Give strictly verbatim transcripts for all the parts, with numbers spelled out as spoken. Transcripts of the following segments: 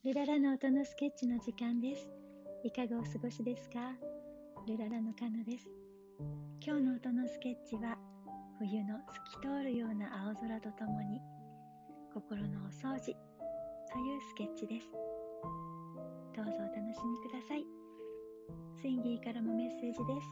ルララの音のスケッチの時間です。いかがお過ごしですか？ルララのカノです。今日の音のスケッチは、冬の透き通るような青空とともに心のお掃除というスケッチです。どうぞお楽しみください。スインギーからもメッセージです。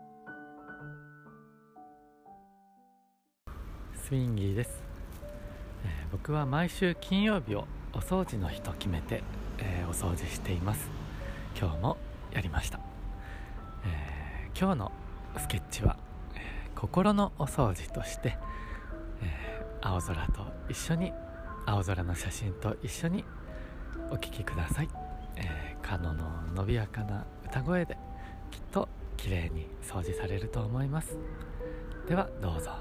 スインギーです、えー、僕は毎週金曜日をお掃除の日と決めて、えー、お掃除しています。今日もやりました。えー、今日のスケッチは、えー、心のお掃除として、えー、青空と一緒に青空の写真と一緒にお聴きください。えー、カノの伸びやかな歌声できっと綺麗に掃除されると思います。ではどうぞ。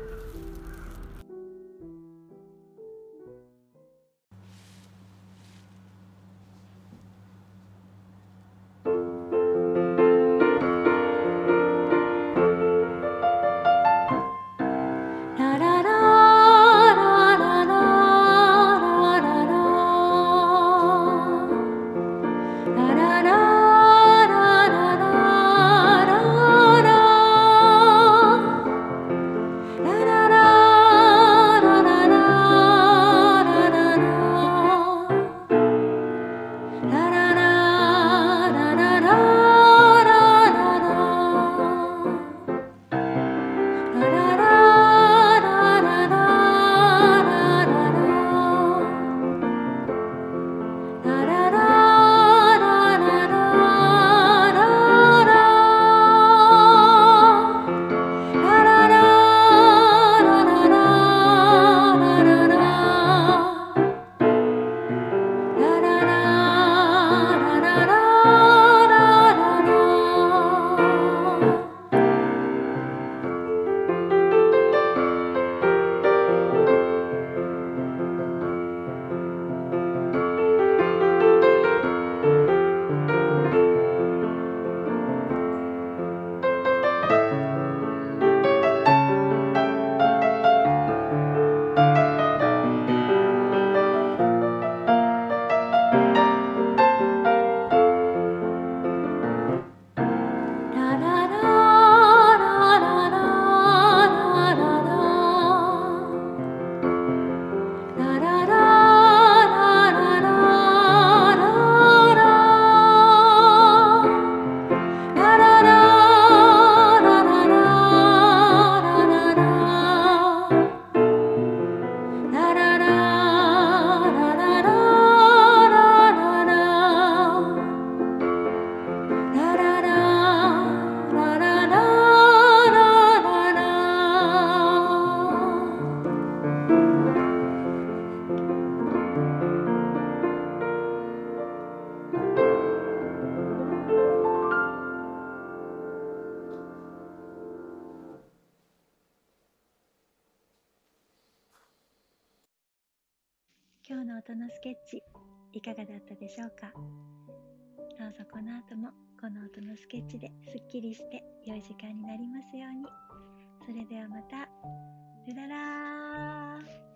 今日の音のスケッチいかがだったでしょうか？どうぞこの後もこの音のスケッチですっきりして良い時間になりますように。それではまた。ルララー。